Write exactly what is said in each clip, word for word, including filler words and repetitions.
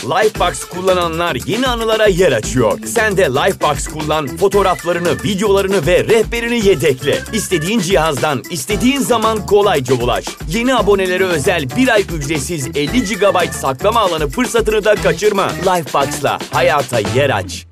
Lifebox kullananlar yeni anılara yer açıyor. Sen de Lifebox kullan, fotoğraflarını, videolarını ve rehberini yedekle. İstediğin cihazdan, istediğin zaman kolayca ulaş. Yeni abonelere özel bir ay ücretsiz elli gigabayt saklama alanı fırsatını da kaçırma. Lifebox'la hayata yer aç.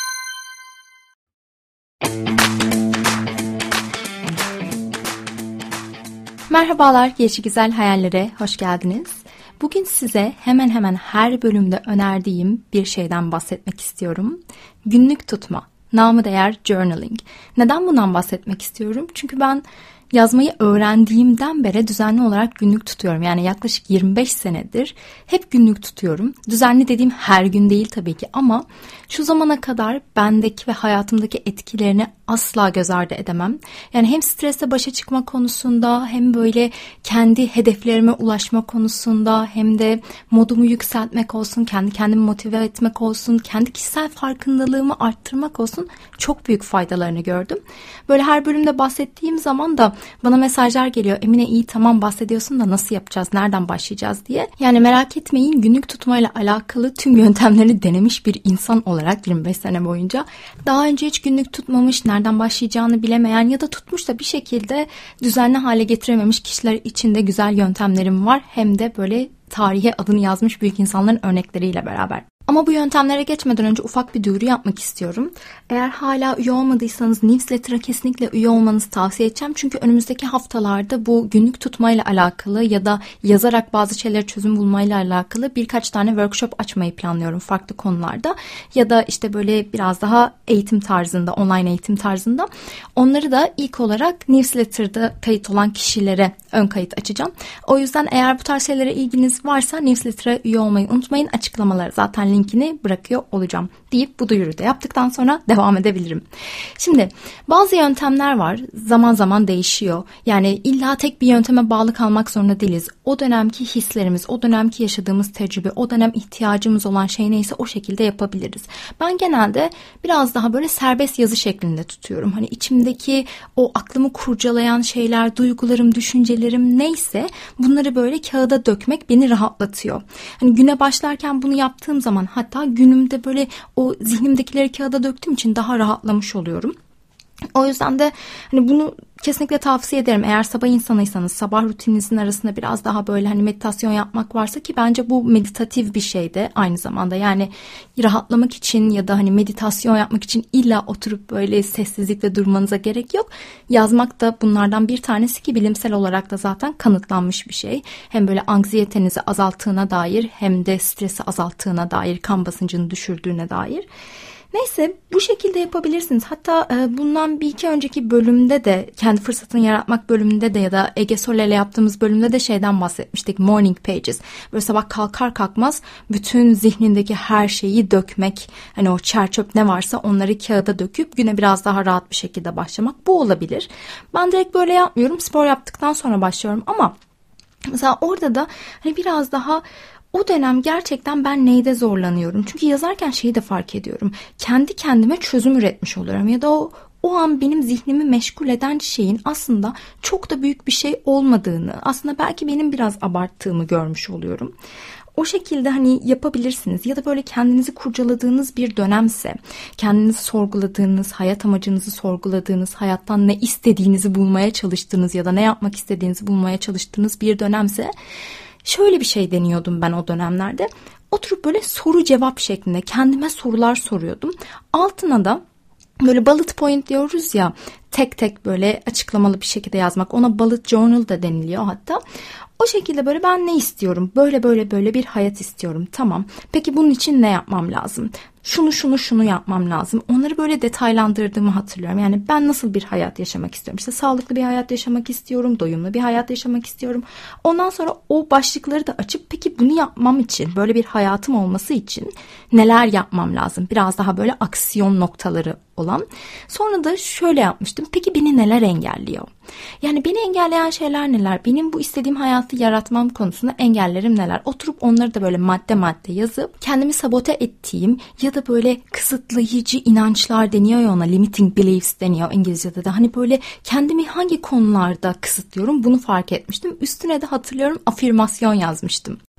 Merhabalar, Gelişi Güzel Hayallere hoş geldiniz. Bugün size hemen hemen her bölümde önerdiğim bir şeyden bahsetmek istiyorum. Günlük tutma, namı değer journaling. Neden bundan bahsetmek istiyorum? Çünkü ben yazmayı öğrendiğimden beri düzenli olarak günlük tutuyorum. Yani yaklaşık yirmi beş senedir hep günlük tutuyorum. Düzenli dediğim her gün değil tabii ki ama şu zamana kadar bendeki ve hayatımdaki etkilerini asla göz ardı edemem. Yani hem stresle başa çıkma konusunda hem böyle kendi hedeflerime ulaşma konusunda hem de modumu yükseltmek olsun, kendi kendimi motive etmek olsun, kendi kişisel farkındalığımı arttırmak olsun çok büyük faydalarını gördüm. Böyle her bölümde bahsettiğim zaman da bana mesajlar geliyor. Emine iyi tamam bahsediyorsun da nasıl yapacağız, nereden başlayacağız diye. Yani merak etmeyin, günlük tutmayla alakalı tüm yöntemlerini denemiş bir insan olarak yirmi beş sene boyunca daha önce hiç günlük tutmamış, nereden başlayacağını bilemeyen ya da tutmuş da bir şekilde düzenli hale getirememiş kişiler için de güzel yöntemlerim var. Hem de böyle tarihe adını yazmış büyük insanların örnekleriyle beraber. Ama bu yöntemlere geçmeden önce ufak bir duyuru yapmak istiyorum. Eğer hala üye olmadıysanız newsletter'a kesinlikle üye olmanızı tavsiye edeceğim. Çünkü önümüzdeki haftalarda bu günlük tutmayla alakalı ya da yazarak bazı şeylere çözüm bulmayla alakalı birkaç tane workshop açmayı planlıyorum farklı konularda. Ya da işte böyle biraz daha eğitim tarzında, online eğitim tarzında. Onları da ilk olarak newsletter'da kayıt olan kişilere ön kayıt açacağım. O yüzden eğer bu tarz şeylere ilginiz varsa newsletter'a üye olmayı unutmayın. Açıklamaları zaten linkini bırakıyor olacağım deyip bu duyuru da yaptıktan sonra devam edebilirim. Şimdi bazı yöntemler var. Zaman zaman değişiyor. Yani illa tek bir yönteme bağlı kalmak zorunda değiliz. O dönemki hislerimiz, o dönemki yaşadığımız tecrübe, o dönem ihtiyacımız olan şey neyse o şekilde yapabiliriz. Ben genelde biraz daha böyle serbest yazı şeklinde tutuyorum. Hani içimdeki o aklımı kurcalayan şeyler, duygularım, düşüncelerim neyse bunları böyle kağıda dökmek beni rahatlatıyor. Hani güne başlarken bunu yaptığım zaman hatta günümde böyle o zihnimdekileri kağıda döktüğüm için daha rahatlamış oluyorum. O yüzden de hani bunu kesinlikle tavsiye ederim. Eğer sabah insanıysanız, sabah rutininizin arasında biraz daha böyle hani meditasyon yapmak varsa, ki bence bu meditatif bir şey de aynı zamanda. Yani rahatlamak için ya da hani meditasyon yapmak için illa oturup böyle sessizlikle durmanıza gerek yok. Yazmak da bunlardan bir tanesi ki bilimsel olarak da zaten kanıtlanmış bir şey. Hem böyle anksiyetenizi azalttığına dair hem de stresi azalttığına dair, kan basıncını düşürdüğüne dair. Neyse bu şekilde yapabilirsiniz. Hatta e, bundan bir iki önceki bölümde de kendi fırsatını yaratmak bölümünde de ya da Ege Soler ile yaptığımız bölümde de şeyden bahsetmiştik. Morning pages. Böyle sabah kalkar kalkmaz bütün zihnindeki her şeyi dökmek. Hani o çer çöp ne varsa onları kağıda döküp güne biraz daha rahat bir şekilde başlamak. Bu olabilir. Ben direkt böyle yapmıyorum. Spor yaptıktan sonra başlıyorum ama mesela orada da hani biraz daha o dönem gerçekten ben neyde zorlanıyorum? Çünkü yazarken şeyi de fark ediyorum. Kendi kendime çözüm üretmiş oluyorum. Ya da o, o an benim zihnimi meşgul eden şeyin aslında çok da büyük bir şey olmadığını, aslında belki benim biraz abarttığımı görmüş oluyorum. O şekilde hani yapabilirsiniz. Ya da böyle kendinizi kurcaladığınız bir dönemse, kendinizi sorguladığınız, hayat amacınızı sorguladığınız, hayattan ne istediğinizi bulmaya çalıştığınız ya da ne yapmak istediğinizi bulmaya çalıştığınız bir dönemse, şöyle bir şey deniyordum ben o dönemlerde. Oturup böyle soru cevap şeklinde kendime sorular soruyordum. Altına da böyle bullet point diyoruz ya, tek tek böyle açıklamalı bir şekilde yazmak. Ona bullet journal da deniliyor hatta. O şekilde böyle ben ne istiyorum? Böyle böyle böyle bir hayat istiyorum. Tamam. Peki bunun için ne yapmam lazım? Şunu şunu şunu yapmam lazım. Onları böyle detaylandırdığımı hatırlıyorum. Yani ben nasıl bir hayat yaşamak istiyorum? İşte sağlıklı bir hayat yaşamak istiyorum. Doyumlu bir hayat yaşamak istiyorum. Ondan sonra o başlıkları da açıp peki bunu yapmam için, böyle bir hayatım olması için neler yapmam lazım? Biraz daha böyle aksiyon noktaları olan. Sonra da şöyle yapmıştım. Peki beni neler engelliyor? Yani beni engelleyen şeyler neler? Benim bu istediğim hayatı yaratmam konusunda engellerim neler? Oturup onları da böyle madde madde yazıp kendimi sabote ettiğim ya da böyle kısıtlayıcı inançlar deniyor ya, ona limiting beliefs deniyor İngilizce'de de. Hani böyle kendimi hangi konularda kısıtlıyorum bunu fark etmiştim. Üstüne de hatırlıyorum afirmasyon yazmıştım.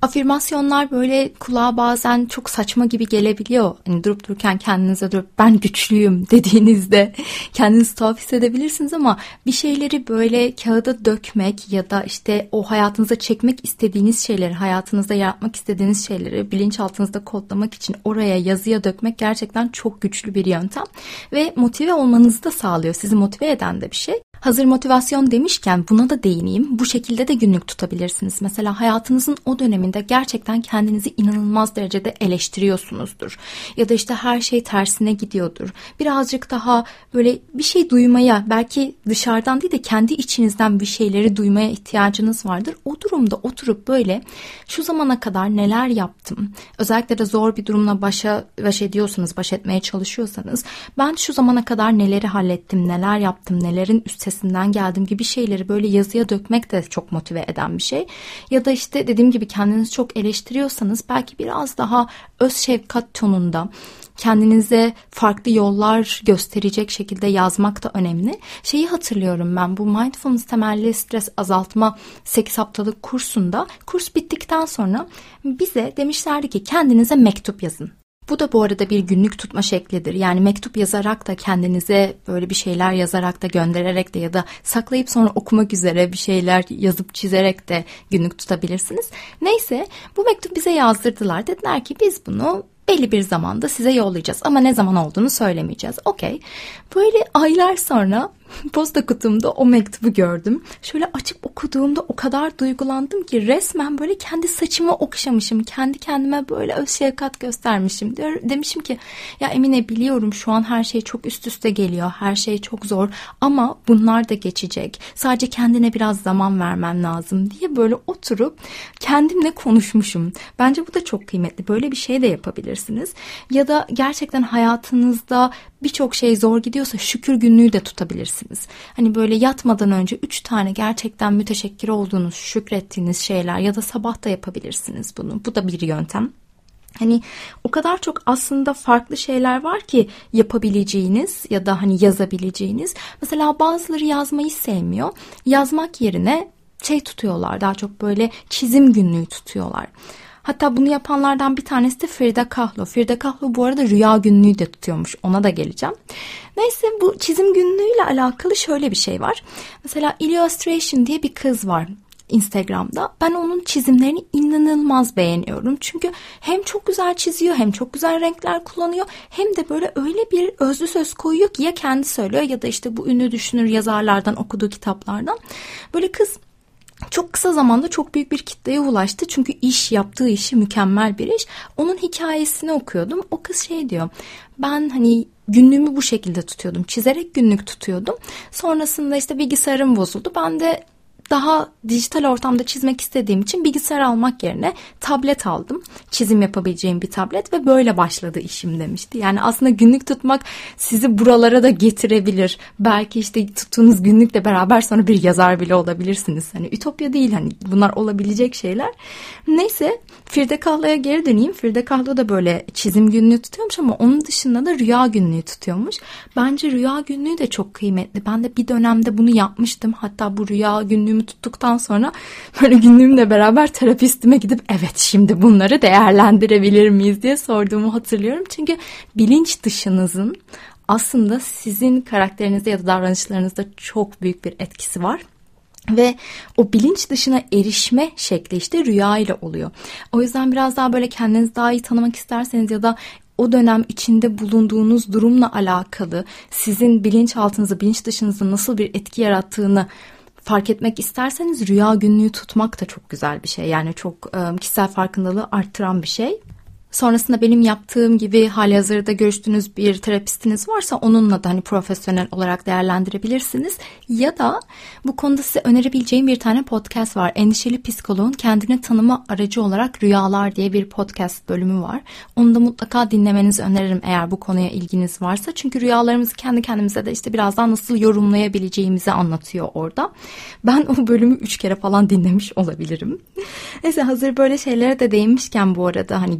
Afirmasyonlar böyle kulağa bazen çok saçma gibi gelebiliyor. Hani durup dururken kendinize durup ben güçlüyüm dediğinizde kendinizi tuhaf hissedebilirsiniz ama bir şeyleri böyle kağıda dökmek ya da işte o hayatınıza çekmek istediğiniz şeyleri, hayatınızda yaratmak istediğiniz şeyleri bilinçaltınızda kodlamak için oraya yazıya dökmek gerçekten çok güçlü bir yöntem ve motive olmanızı da sağlıyor. Sizi motive eden de bir şey. Hazır motivasyon demişken buna da değineyim. Bu şekilde de günlük tutabilirsiniz. Mesela hayatınızın o döneminde gerçekten kendinizi inanılmaz derecede eleştiriyorsunuzdur. Ya da işte her şey tersine gidiyordur. Birazcık daha böyle bir şey duymaya, belki dışarıdan değil de kendi içinizden bir şeyleri duymaya ihtiyacınız vardır. O durumda oturup böyle şu zamana kadar neler yaptım? Özellikle de zor bir durumla başa, baş ediyorsanız, baş etmeye çalışıyorsanız ben şu zamana kadar neleri hallettim, neler yaptım, nelerin üstesinden geldim gibi şeyleri böyle yazıya dökmek de çok motive eden bir şey. Ya da işte dediğim gibi kendinizi çok eleştiriyorsanız belki biraz daha öz şefkat tonunda kendinize farklı yollar gösterecek şekilde yazmak da önemli. Şeyi hatırlıyorum ben, bu mindfulness temelli stres azaltma sekiz haftalık kursunda, kurs bittikten sonra bize demişlerdi ki kendinize mektup yazın. Bu da bu arada bir günlük tutma şeklidir. Yani mektup yazarak da kendinize böyle bir şeyler yazarak da göndererek de ya da saklayıp sonra okumak üzere bir şeyler yazıp çizerek de günlük tutabilirsiniz. Neyse, bu mektup bize yazdırdılar. Dediler ki biz bunu belli bir zamanda size yollayacağız ama ne zaman olduğunu söylemeyeceğiz. Okey. Böyle aylar sonra posta kutumda o mektubu gördüm. Şöyle açıp okuduğumda o kadar duygulandım ki resmen böyle kendi saçımı okşamışım. Kendi kendime böyle öz şefkat göstermişim. Demişim ki ya Emine, biliyorum şu an her şey çok üst üste geliyor. Her şey çok zor ama bunlar da geçecek. Sadece kendine biraz zaman vermen lazım diye böyle oturup kendimle konuşmuşum. Bence bu da çok kıymetli. Böyle bir şey de yapabilirsiniz. Ya da gerçekten hayatınızda birçok şey zor gidiyorsa şükür günlüğü de tutabilirsiniz. Hani böyle yatmadan önce üç tane gerçekten müteşekkir olduğunuz, şükrettiğiniz şeyler ya da sabah da yapabilirsiniz bunu. Bu da bir yöntem. Hani o kadar çok aslında farklı şeyler var ki yapabileceğiniz ya da hani yazabileceğiniz. Mesela bazıları yazmayı sevmiyor. Yazmak yerine şey tutuyorlar, daha çok böyle çizim günlüğü tutuyorlar. Hatta bunu yapanlardan bir tanesi de Frida Kahlo. Frida Kahlo bu arada rüya günlüğü de tutuyormuş. Ona da geleceğim. Neyse, bu çizim günlüğüyle alakalı şöyle bir şey var. Mesela Illustration diye bir kız var Instagram'da. Ben onun çizimlerini inanılmaz beğeniyorum. Çünkü hem çok güzel çiziyor, hem çok güzel renkler kullanıyor, hem de böyle öyle bir özlü söz koyuyor ki ya kendi söylüyor ya da işte bu ünlü düşünür yazarlardan okuduğu kitaplardan. Böyle kız çok kısa zamanda çok büyük bir kitleye ulaştı. Çünkü iş, yaptığı işi mükemmel bir iş. Onun hikayesini okuyordum. O kız şey diyor. Ben hani günlüğümü bu şekilde tutuyordum. Çizerek günlük tutuyordum. Sonrasında işte bilgisayarım bozuldu. Ben de daha dijital ortamda çizmek istediğim için bilgisayar almak yerine tablet aldım. Çizim yapabileceğim bir tablet ve böyle başladı işim demişti. Yani aslında günlük tutmak sizi buralara da getirebilir. Belki işte tuttuğunuz günlükle beraber sonra bir yazar bile olabilirsiniz. Hani ütopya değil, hani bunlar olabilecek şeyler. Neyse, Frida Kahlo'ya geri döneyim. Frida Kahlo da böyle çizim günlüğü tutuyormuş ama onun dışında da rüya günlüğü tutuyormuş. Bence rüya günlüğü de çok kıymetli. Ben de bir dönemde bunu yapmıştım. Hatta bu rüya günlüğümü tuttuktan sonra böyle günlüğümle beraber terapistime gidip evet şimdi bunları değerlendirebilir miyiz diye sorduğumu hatırlıyorum. Çünkü bilinç dışınızın aslında sizin karakterinizde ya da davranışlarınızda çok büyük bir etkisi var. Ve o bilinç dışına erişme şekli işte rüya ile oluyor. O yüzden biraz daha böyle kendinizi daha iyi tanımak isterseniz ya da o dönem içinde bulunduğunuz durumla alakalı sizin bilinçaltınızı, bilinç dışınızda nasıl bir etki yarattığını fark etmek isterseniz rüya günlüğü tutmak da çok güzel bir şey. Yani çok e, kişisel farkındalığı arttıran bir şey. Sonrasında benim yaptığım gibi halihazırda görüştüğünüz bir terapistiniz varsa onunla da hani profesyonel olarak değerlendirebilirsiniz. Ya da bu konuda size önerebileceğim bir tane podcast var. Endişeli Psikoloğun kendini tanıma aracı olarak Rüyalar diye bir podcast bölümü var. Onu da mutlaka dinlemenizi öneririm eğer bu konuya ilginiz varsa. Çünkü rüyalarımızı kendi kendimize de işte birazdan nasıl yorumlayabileceğimizi anlatıyor orada. Ben o bölümü üç kere falan dinlemiş olabilirim. Neyse, hazır böyle şeylere de değinmişken bu arada hani günlük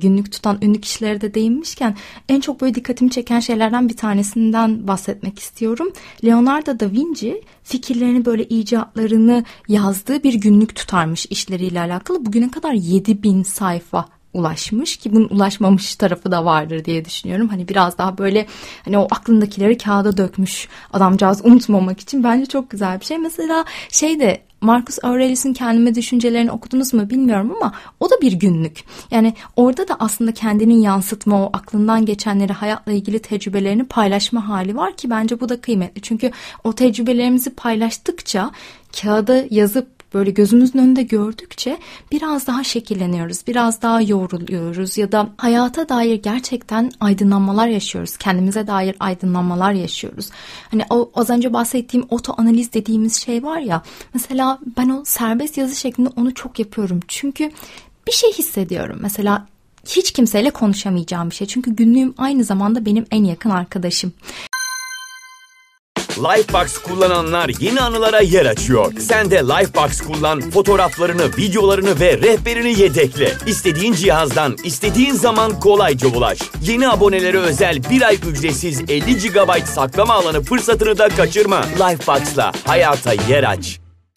tutan ünlü kişilere de değinmişken en çok böyle dikkatimi çeken şeylerden bir tanesinden bahsetmek istiyorum. Leonardo da Vinci fikirlerini, böyle icatlarını yazdığı bir günlük tutarmış işleriyle alakalı. Bugüne kadar yedi bin sayfa ulaşmış ki bunun ulaşmamış tarafı da vardır diye düşünüyorum. Hani biraz daha böyle hani o aklındakileri kağıda dökmüş adamcağız unutmamak için, bence çok güzel bir şey. Mesela şey de, Marcus Aurelius'un Kendime Düşüncelerini okudunuz mu bilmiyorum ama o da bir günlük. Yani orada da aslında kendinin yansıtma, o aklından geçenleri, hayatla ilgili tecrübelerini paylaşma hali var ki bence bu da kıymetli. Çünkü o tecrübelerimizi paylaştıkça, kağıda yazıp böyle gözümüzün önünde gördükçe biraz daha şekilleniyoruz, biraz daha yoğruluyoruz ya da hayata dair gerçekten aydınlanmalar yaşıyoruz. Kendimize dair aydınlanmalar yaşıyoruz. Hani o az önce bahsettiğim oto analiz dediğimiz şey var ya, mesela ben o serbest yazı şeklinde onu çok yapıyorum. Çünkü bir şey hissediyorum. Mesela hiç kimseyle konuşamayacağım bir şey. Çünkü günlüğüm aynı zamanda benim en yakın arkadaşım. Lifebox kullananlar yeni anılara yer açıyor. Sen de Lifebox kullan, fotoğraflarını, videolarını ve rehberini yedekle. İstediğin cihazdan, istediğin zaman kolayca ulaş. Yeni abonelere özel bir ay ücretsiz elli gigabayt saklama alanı fırsatını da kaçırma. Lifebox'la hayata yer aç.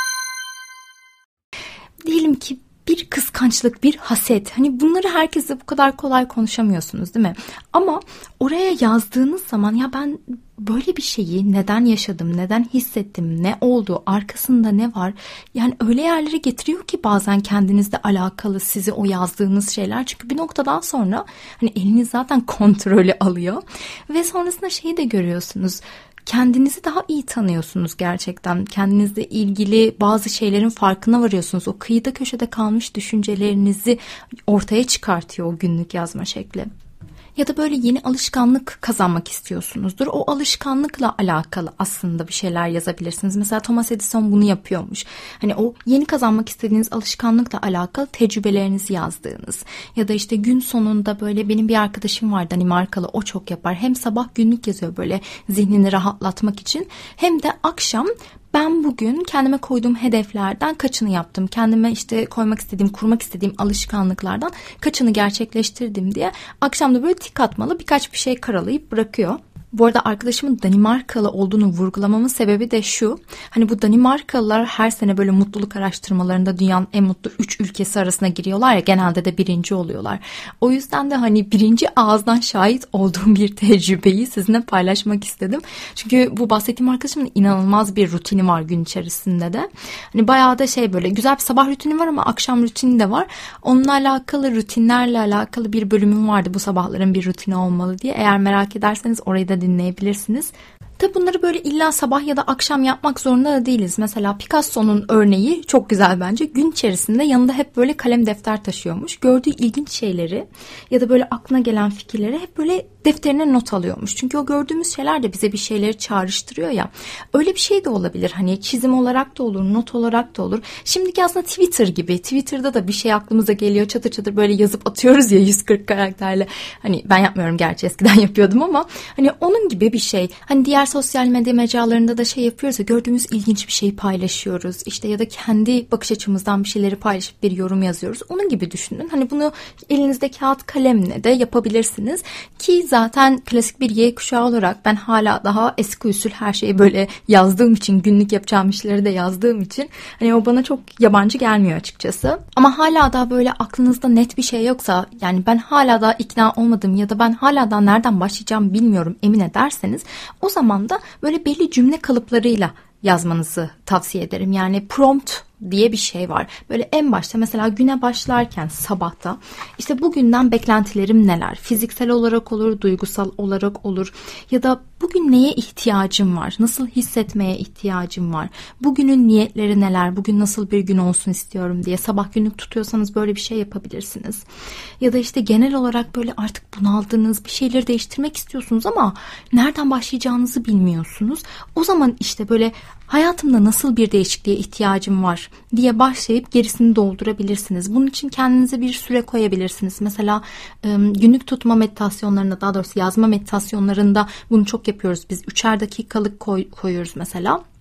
Diyelim ki bir kıskançlık, bir haset. Hani bunları herkesle bu kadar kolay konuşamıyorsunuz değil mi? Ama oraya yazdığınız zaman ya ben böyle bir şeyi neden yaşadım, neden hissettim, ne oldu, arkasında ne var? Yani öyle yerlere getiriyor ki bazen kendinizle alakalı sizi o yazdığınız şeyler. Çünkü bir noktadan sonra hani eliniz zaten kontrolü alıyor. Ve sonrasında şeyi de görüyorsunuz. Kendinizi daha iyi tanıyorsunuz gerçekten. Kendinizle ilgili bazı şeylerin farkına varıyorsunuz. O kıyıda köşede kalmış düşüncelerinizi ortaya çıkartıyor o günlük yazma şekli. Ya da böyle yeni alışkanlık kazanmak istiyorsunuzdur. O alışkanlıkla alakalı aslında bir şeyler yazabilirsiniz. Mesela Thomas Edison bunu yapıyormuş. Hani o yeni kazanmak istediğiniz alışkanlıkla alakalı tecrübelerinizi yazdığınız. Ya da işte gün sonunda böyle, benim bir arkadaşım var Danimarkalı, o çok yapar. Hem sabah günlük yazıyor böyle zihnini rahatlatmak için, hem de akşam ben bugün kendime koyduğum hedeflerden kaçını yaptım? Kendime işte koymak istediğim, kurmak istediğim alışkanlıklardan kaçını gerçekleştirdim diye akşam da böyle tik atmalı birkaç bir şey karalayıp bırakıyor. Bu arada arkadaşımın Danimarkalı olduğunu vurgulamamın sebebi de şu. Hani bu Danimarkalılar her sene böyle mutluluk araştırmalarında dünyanın en mutlu üç ülkesi arasına giriyorlar ya, genelde de birinci oluyorlar. O yüzden de hani birinci ağızdan şahit olduğum bir tecrübeyi sizinle paylaşmak istedim. Çünkü bu bahsettiğim arkadaşımın inanılmaz bir rutini var gün içerisinde de. Hani bayağı da şey, böyle güzel bir sabah rutini var ama akşam rutini de var. Onunla alakalı, rutinlerle alakalı bir bölümüm vardı, bu sabahların bir rutini olmalı diye. Eğer merak ederseniz orayı da dinleyebilirsiniz. Tabi bunları böyle illa sabah ya da akşam yapmak zorunda da değiliz. Mesela Picasso'nun örneği çok güzel bence. Gün içerisinde yanında hep böyle kalem defter taşıyormuş. Gördüğü ilginç şeyleri ya da böyle aklına gelen fikirleri hep böyle defterine not alıyormuş. Çünkü o gördüğümüz şeyler de bize bir şeyleri çağrıştırıyor ya. Öyle bir şey de olabilir. Hani çizim olarak da olur, not olarak da olur. Şimdiki aslında Twitter gibi. Twitter'da da bir şey aklımıza geliyor. Çatır çatır böyle yazıp atıyoruz ya yüz kırk karakterle. Hani ben yapmıyorum gerçi, eskiden yapıyordum ama hani onun gibi bir şey. Hani diğer sosyal medya mecralarında da şey yapıyoruz ya, gördüğümüz ilginç bir şeyi paylaşıyoruz. İşte ya da kendi bakış açımızdan bir şeyleri paylaşıp bir yorum yazıyoruz. Onun gibi düşünün. Hani bunu elinizde kağıt kalemle de yapabilirsiniz. Ki zaten klasik bir Y kuşağı olarak ben hala daha eski usul her şeyi böyle yazdığım için, günlük yapacağım işleri de yazdığım için hani o bana çok yabancı gelmiyor açıkçası. Ama hala daha böyle aklınızda net bir şey yoksa, yani ben hala daha ikna olmadım ya da ben hala daha nereden başlayacağım bilmiyorum emin ederseniz, o zaman da böyle belli cümle kalıplarıyla yazmanızı tavsiye ederim. Yani prompt diye bir şey var. Böyle en başta mesela güne başlarken sabahta işte bugünden beklentilerim neler? Fiziksel olarak olur, duygusal olarak olur ya da bugün neye ihtiyacım var? Nasıl hissetmeye ihtiyacım var? Bugünün niyetleri neler? Bugün nasıl bir gün olsun istiyorum diye sabah günlük tutuyorsanız böyle bir şey yapabilirsiniz. Ya da işte genel olarak böyle artık bunaldığınız bir şeyleri değiştirmek istiyorsunuz ama nereden başlayacağınızı bilmiyorsunuz. O zaman işte böyle hayatımda nasıl bir değişikliğe ihtiyacım var diye başlayıp gerisini doldurabilirsiniz. Bunun için kendinize bir süre koyabilirsiniz. Mesela günlük tutma meditasyonlarında, daha doğrusu yazma meditasyonlarında bunu çok yapıyoruz. Biz üçer dakikalık koy, koyuyoruz mesela.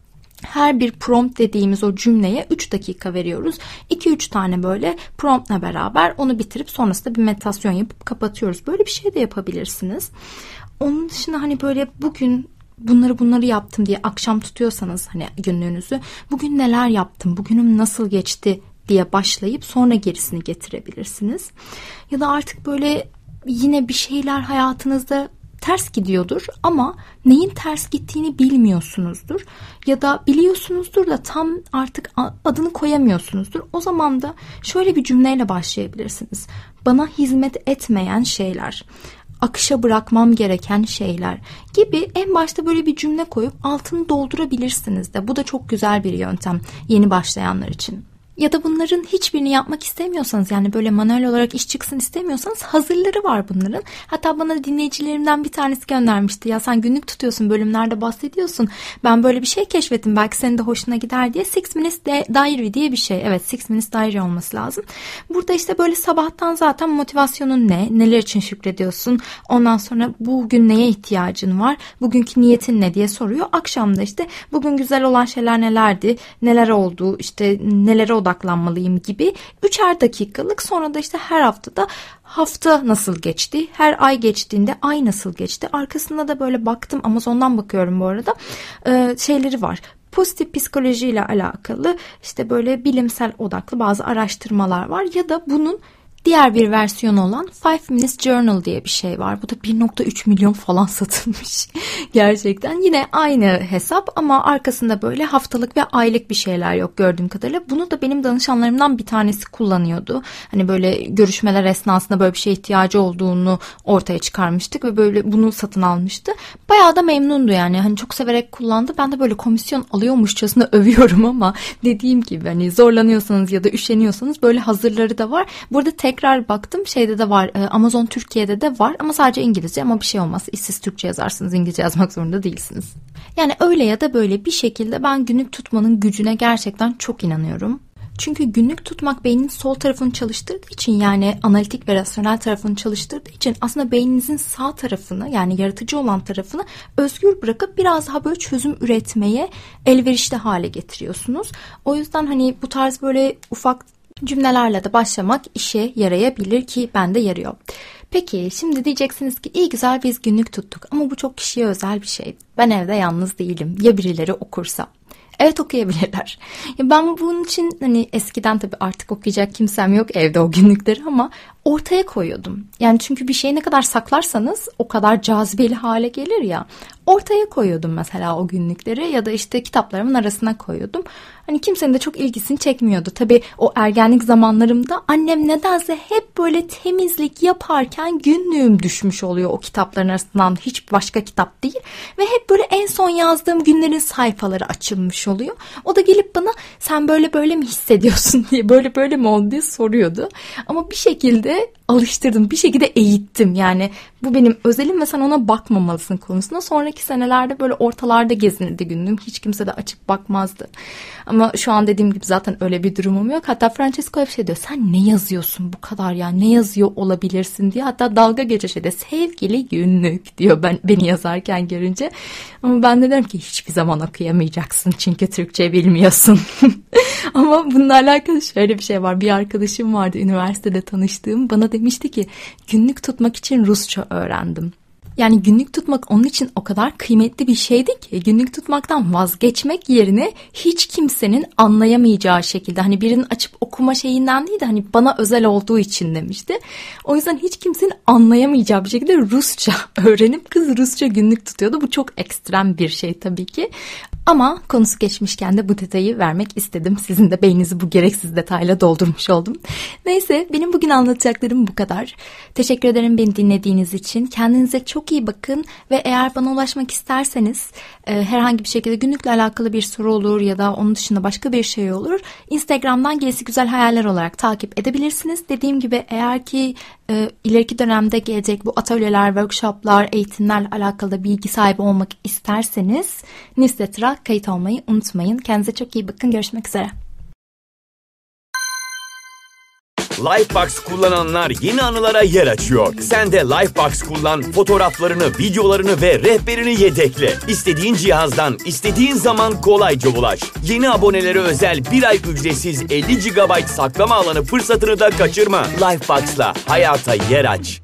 Her bir prompt dediğimiz o cümleye üç dakika veriyoruz. iki üç tane böyle promptla beraber onu bitirip sonrasında bir meditasyon yapıp kapatıyoruz. Böyle bir şey de yapabilirsiniz. Onun dışında hani böyle bugün bunları bunları yaptım diye akşam tutuyorsanız hani günlüğünüzü, bugün neler yaptım, bugünüm nasıl geçti diye başlayıp sonra gerisini getirebilirsiniz. Ya da artık böyle yine bir şeyler hayatınızda ters gidiyordur ama neyin ters gittiğini bilmiyorsunuzdur ya da biliyorsunuzdur da tam artık adını koyamıyorsunuzdur. O zaman da şöyle bir cümleyle başlayabilirsiniz. Bana hizmet etmeyen şeyler, akışa bırakmam gereken şeyler gibi en başta böyle bir cümle koyup altını doldurabilirsiniz de. Bu da çok güzel bir yöntem yeni başlayanlar için. Ya da bunların hiçbirini yapmak istemiyorsanız, yani böyle manuel olarak iş çıksın istemiyorsanız hazırları var bunların. Hatta bana dinleyicilerimden bir tanesi göndermişti. Ya sen günlük tutuyorsun, bölümlerde bahsediyorsun. Ben böyle bir şey keşfettim, belki senin de hoşuna gider diye. Six Minutes Diary diye bir şey. Evet, Six Minutes Diary olması lazım. Burada işte böyle sabahtan zaten motivasyonun ne? Neler için şükrediyorsun? Ondan sonra bugün neye ihtiyacın var? Bugünkü niyetin ne diye soruyor. Akşamda işte bugün güzel olan şeyler nelerdi? Neler oldu? İşte nelere odaklanmalıyım gibi üçer dakikalık. Sonra da işte her haftada hafta nasıl geçti, her ay geçtiğinde ay nasıl geçti. Arkasında da böyle baktım, Amazon'dan bakıyorum bu arada, ee, şeyleri var. Pozitif psikoloji ile alakalı işte böyle bilimsel odaklı bazı araştırmalar var ya da bunun diğer bir versiyonu olan Five Minutes Journal diye bir şey var. Bu da bir nokta üç milyon falan satılmış. Gerçekten yine aynı hesap ama arkasında böyle haftalık ve aylık bir şeyler yok gördüğüm kadarıyla. Bunu da benim danışanlarımdan bir tanesi kullanıyordu. Hani böyle görüşmeler esnasında böyle bir şeye ihtiyacı olduğunu ortaya çıkarmıştık ve böyle bunu satın almıştı. Bayağı da memnundu yani. Hani çok severek kullandı. Ben de böyle komisyon alıyormuşçasına övüyorum ama dediğim gibi hani zorlanıyorsanız ya da üşeniyorsanız böyle hazırları da var. Burada tek Tekrar baktım, şeyde de var, Amazon Türkiye'de de var ama sadece İngilizce, ama bir şey olmaz. Siz Türkçe yazarsınız, İngilizce yazmak zorunda değilsiniz. Yani öyle ya da böyle bir şekilde ben günlük tutmanın gücüne gerçekten çok inanıyorum. Çünkü günlük tutmak beynin sol tarafını çalıştırdığı için, yani analitik ve rasyonel tarafını çalıştırdığı için aslında beyninizin sağ tarafını, yani yaratıcı olan tarafını özgür bırakıp biraz daha böyle çözüm üretmeye elverişli hale getiriyorsunuz. O yüzden hani bu tarz böyle ufak cümlelerle de başlamak işe yarayabilir ki bende yarıyor. Peki şimdi diyeceksiniz ki iyi güzel biz günlük tuttuk ama bu çok kişiye özel bir şey. Ben evde yalnız değilim. Ya birileri okursa? Evet, okuyabilirler. Ya ben bunun için hani eskiden tabii artık okuyacak kimsem yok evde o günlükleri ama ortaya koyuyordum. Yani çünkü bir şeyi ne kadar saklarsanız o kadar cazibeli hale gelir ya. Ortaya koyuyordum mesela o günlükleri ya da işte kitaplarımın arasına koyuyordum. Hani kimsenin de çok ilgisini çekmiyordu. Tabii o ergenlik zamanlarımda annem nedense hep böyle temizlik yaparken günlüğüm düşmüş oluyor o kitapların arasından, hiç başka kitap değil. Ve hep böyle en son yazdığım günlerin sayfaları açılmış oluyor. O da gelip bana sen böyle böyle mi hissediyorsun diye, böyle böyle mi oldu diye soruyordu. Ama bir şekilde alıştırdım, bir şekilde eğittim. Yani bu benim özelim ve sen ona bakmamalısın konusunda. Sonraki senelerde böyle ortalarda gezinirdi günlüğüm. Hiç kimse de açıp bakmazdı. Ama şu an dediğim gibi zaten öyle bir durumum yok. Hatta Francesco hep şey diyor, sen ne yazıyorsun bu kadar ya, ne yazıyor olabilirsin diye. Hatta dalga geçiyor şeyde, sevgili günlük diyor ben beni yazarken görünce. Ama ben de derim ki hiçbir zaman okuyamayacaksın çünkü Türkçe bilmiyorsun. Ama bununla alakalı şöyle bir şey var. Bir arkadaşım vardı üniversitede tanıştığım, bana demişti ki günlük tutmak için Rusça öğrendim. Yani günlük tutmak onun için o kadar kıymetli bir şeydi ki günlük tutmaktan vazgeçmek yerine hiç kimsenin anlayamayacağı şekilde, hani birinin açıp okuma şeyinden değil de hani bana özel olduğu için demişti. O yüzden hiç kimsenin anlayamayacağı bir şekilde Rusça öğrenip kız Rusça günlük tutuyordu. Bu çok ekstrem bir şey tabii ki. Ama konusu geçmişken de bu detayı vermek istedim. Sizin de beyninizi bu gereksiz detayla doldurmuş oldum. Neyse, benim bugün anlatacaklarım bu kadar. Teşekkür ederim beni dinlediğiniz için. Kendinize çok iyi bakın ve eğer bana ulaşmak isterseniz e, herhangi bir şekilde günlükle alakalı bir soru olur ya da onun dışında başka bir şey olur, Instagram'dan Gerisi Güzel Hayaller olarak takip edebilirsiniz. Dediğim gibi eğer ki e, ileriki dönemde gelecek bu atölyeler, workshoplar, eğitimlerle alakalı da bilgi sahibi olmak isterseniz newsletter'a kayıt olmayı unutmayın. Kendinize çok iyi bakın. Görüşmek üzere. Lifebox kullananlar yeni anılara yer açıyor. Sen de Lifebox kullan, fotoğraflarını, videolarını ve rehberini yedekle. İstediğin cihazdan, istediğin zaman kolayca ulaş. Yeni abonelere özel bir ay ücretsiz elli gigabayt saklama alanı fırsatını da kaçırma. Lifebox'la hayata yer aç.